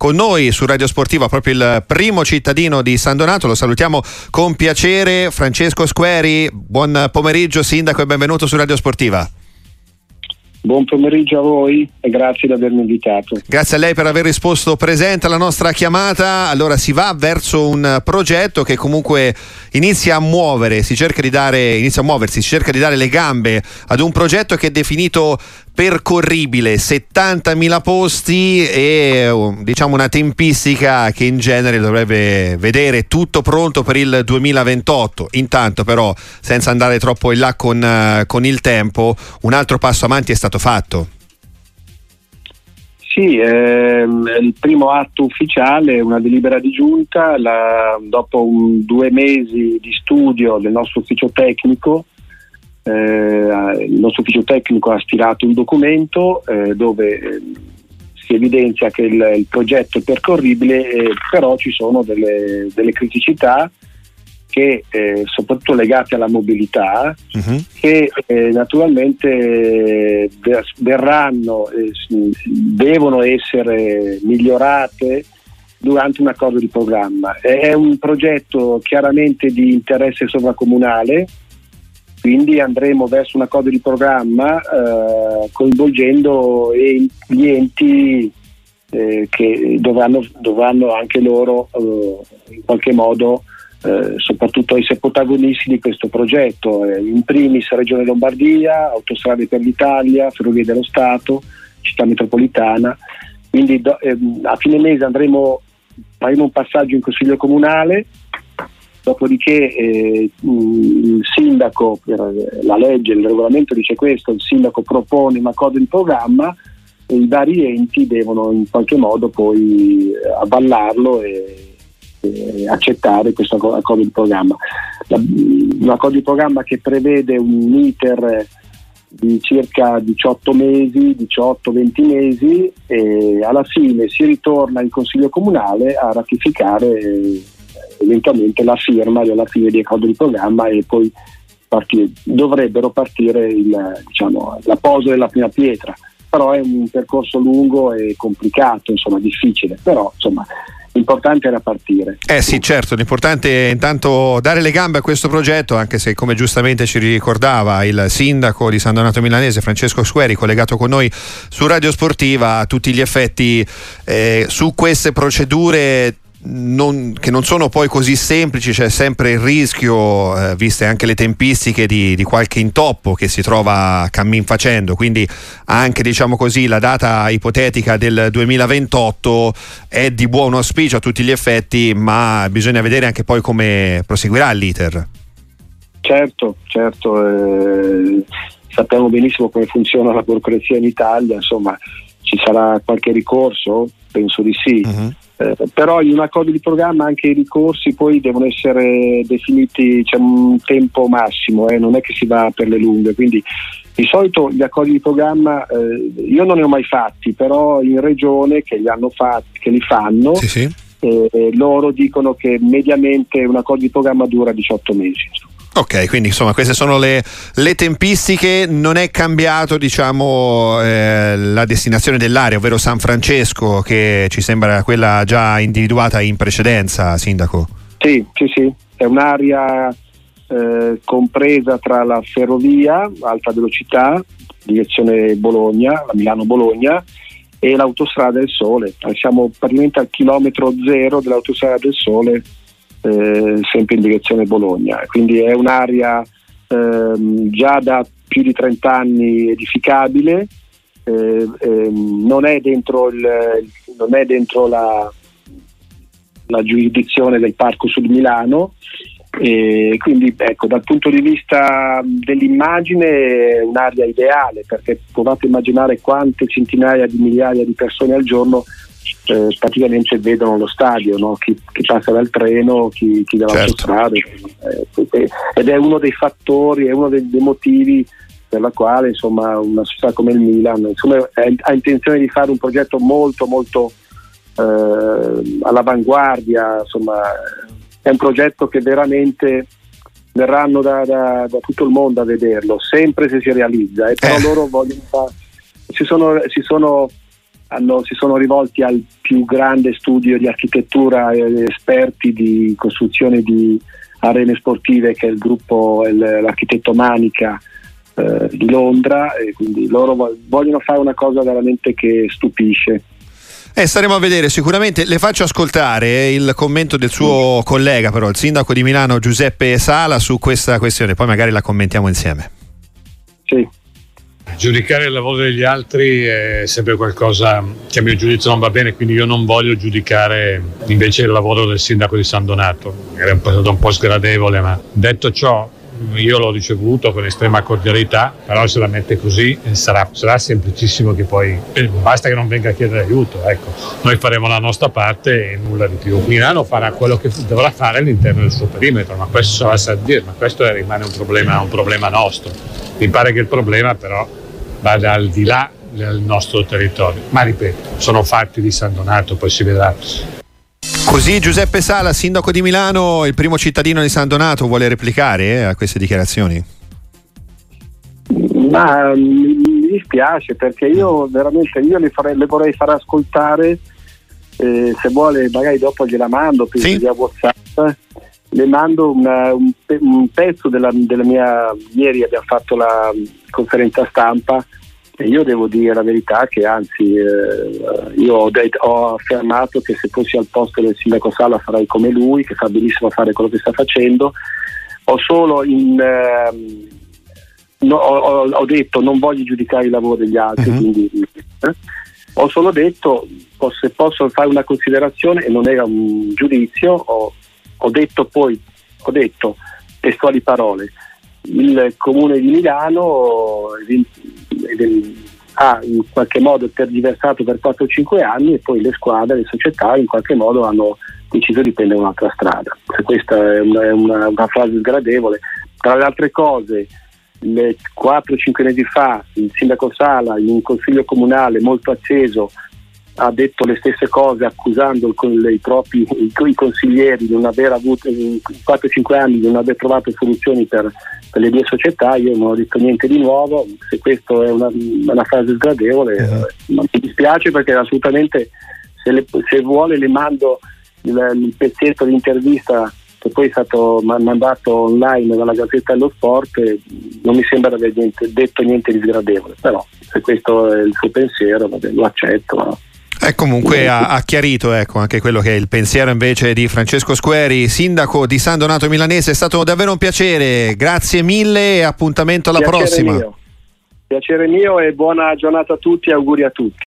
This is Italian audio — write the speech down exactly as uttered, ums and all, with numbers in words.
con noi su Radio Sportiva, proprio il primo cittadino di San Donato. Lo salutiamo con piacere. Francesco Squeri, buon pomeriggio sindaco e benvenuto su Radio Sportiva. Buon pomeriggio a voi e grazie di avermi invitato. Grazie a lei per aver risposto presente alla nostra chiamata. Allora si va verso un progetto che comunque inizia a muovere, si cerca di dare, inizia a muoversi, si cerca di dare le gambe ad un progetto che è definito percorribile, settantamila posti e diciamo una tempistica che in genere dovrebbe vedere tutto pronto per il duemilaventotto. Intanto però, senza andare troppo in là con, con il tempo, un altro passo avanti è stato fatto. Sì, ehm, il primo atto ufficiale, una delibera di giunta, la, dopo un, due mesi di studio del nostro ufficio tecnico. Eh, il nostro ufficio tecnico ha stilato un documento eh, dove eh, si evidenzia che il, il progetto è percorribile, eh, però ci sono delle, delle criticità che eh, soprattutto legate alla mobilità, uh-huh. che eh, naturalmente eh, verranno eh, devono essere migliorate durante un accordo di programma. È un progetto chiaramente di interesse sovracomunale, quindi andremo verso un accordo di programma eh, coinvolgendo gli enti eh, che dovranno, dovranno anche loro eh, in qualche modo eh, soprattutto essere protagonisti di questo progetto, eh, in primis Regione Lombardia, Autostrade per l'Italia, Ferrovie dello Stato, Città Metropolitana. Quindi do, eh, a fine mese andremo faremo un passaggio in Consiglio Comunale. Dopodiché eh, il sindaco, la legge, il regolamento dice questo, il sindaco propone un accordo di programma e i vari enti devono in qualche modo poi avvallarlo e, e accettare questo accordo di programma. La, un accordo di programma che prevede un iter di circa diciotto mesi, diciotto venti mesi, e alla fine si ritorna in Consiglio Comunale a ratificare eventualmente la firma della fine di accordo di programma e poi partire, dovrebbero partire il, diciamo, la posa della prima pietra. Però è un percorso lungo e complicato, insomma difficile, però insomma l'importante era partire. Eh sì, certo, l'importante è intanto dare le gambe a questo progetto, anche se come giustamente ci ricordava il sindaco di San Donato Milanese Francesco Squeri, collegato con noi su Radio Sportiva, a tutti gli effetti eh, su queste procedure Non, che non sono poi così semplici, c'è sempre il rischio, eh, viste anche le tempistiche, di, di qualche intoppo che si trova cammin facendo, quindi anche diciamo così la data ipotetica del duemilaventotto è di buon auspicio a tutti gli effetti, ma bisogna vedere anche poi come proseguirà l'iter. Certo, certo, eh, sappiamo benissimo come funziona la burocrazia in Italia, insomma ci sarà qualche ricorso? Penso di sì. Uh-huh. Eh, però in un accordo di programma anche i ricorsi poi devono essere definiti, c'è un tempo massimo, eh, non è che si va per le lunghe, quindi di solito gli accordi di programma eh, io non ne ho mai fatti, però in regione che li hanno fatti, che li fanno, sì, sì. Eh, loro dicono che mediamente un accordo di programma dura diciotto mesi. Ok, quindi insomma queste sono le, le tempistiche. Non è cambiato diciamo eh, la destinazione dell'area, ovvero San Francesco, che ci sembra quella già individuata in precedenza, sindaco? Sì, sì, sì, è un'area eh, compresa tra la ferrovia alta velocità, direzione Bologna, la Milano-Bologna, e l'autostrada del Sole. Siamo praticamente al chilometro zero dell'autostrada del Sole, Eh, sempre in direzione Bologna, quindi è un'area ehm, già da più di trenta anni edificabile, eh, ehm, non è dentro, il, non è dentro la, la giurisdizione del Parco Sud Milano, e quindi ecco, dal punto di vista dell'immagine è un'area ideale, perché provate a immaginare quante centinaia di migliaia di persone al giorno Eh, praticamente vedono lo stadio, no? chi, chi passa dal treno, chi, chi dall'autostrada, certo. eh, ed è uno dei fattori, è uno dei, dei motivi per la quale insomma una società come il Milan insomma, è, ha intenzione di fare un progetto molto molto eh, all'avanguardia, insomma è un progetto che veramente verranno da, da, da tutto il mondo a vederlo, sempre se si realizza, e però eh. loro vogliono fare, si sono, si sono hanno, si sono rivolti al più grande studio di architettura e esperti di costruzione di arene sportive, che è il gruppo, il, l'architetto Manica eh, di Londra, e quindi loro vogliono fare una cosa veramente che stupisce. Eh, staremo a vedere sicuramente. Le faccio ascoltare il commento del suo collega, però, il sindaco di Milano Giuseppe Sala, su questa questione, poi magari la commentiamo insieme. Sì. Giudicare il lavoro degli altri è sempre qualcosa che a mio giudizio non va bene, quindi io non voglio giudicare invece il lavoro del sindaco di San Donato. È un po', un po' sgradevole, ma detto ciò, io l'ho ricevuto con estrema cordialità, però se la mette così sarà, sarà semplicissimo che poi eh, basta che non venga a chiedere aiuto, ecco. Noi faremo la nostra parte e nulla di più. Milano farà quello che dovrà fare all'interno del suo perimetro, ma questo sarà sa dire, ma questo rimane un problema, un problema nostro. Mi pare che il problema però vada al di là del nostro territorio, ma ripeto, sono fatti di San Donato, poi si vedrà. Così Giuseppe Sala, sindaco di Milano, il primo cittadino di San Donato, vuole replicare eh, a queste dichiarazioni? Ma mi, mi dispiace, perché io veramente io le, farei, le vorrei far ascoltare, eh, se vuole magari dopo gliela mando per sì. via WhatsApp, le mando una, un, un pezzo della, della mia, ieri abbiamo fatto la conferenza stampa e io devo dire la verità che anzi eh, io ho, det- ho affermato che se fossi al posto del sindaco Sala farei come lui, che sa benissimo fare quello che sta facendo. Ho solo in, eh, no, ho, ho detto non voglio giudicare il lavoro degli altri, uh-huh. quindi eh, ho solo detto se posso fare una considerazione, e non era un giudizio, ho, ho detto poi ho detto testuali parole: il comune di Milano ha in qualche modo tergiversato per quattro o cinque anni e poi le squadre, le società in qualche modo hanno deciso di prendere un'altra strada. Se questa è una, è una, una frase sgradevole. Tra le altre cose, quattro o cinque mesi fa il sindaco Sala in un consiglio comunale molto acceso ha detto le stesse cose, accusando il, i propri i, i consiglieri di non aver avuto in quattro o cinque anni di non aver trovato soluzioni per, per le due società. Io non ho detto niente di nuovo. Se questo è una, una frase sgradevole, uh-huh. non mi dispiace, perché assolutamente se, le, se vuole le mando il, il pezzetto di intervista che poi è stato mandato online dalla Gazzetta dello Sport. Non mi sembra di aver niente, detto niente di sgradevole, però se questo è il suo pensiero, vabbè, lo accetto. No? E comunque ha, ha chiarito ecco, anche quello che è il pensiero invece di Francesco Squeri, sindaco di San Donato Milanese. È stato davvero un piacere, grazie mille e appuntamento alla piacere prossima. Mio. Piacere mio e buona giornata a tutti e auguri a tutti.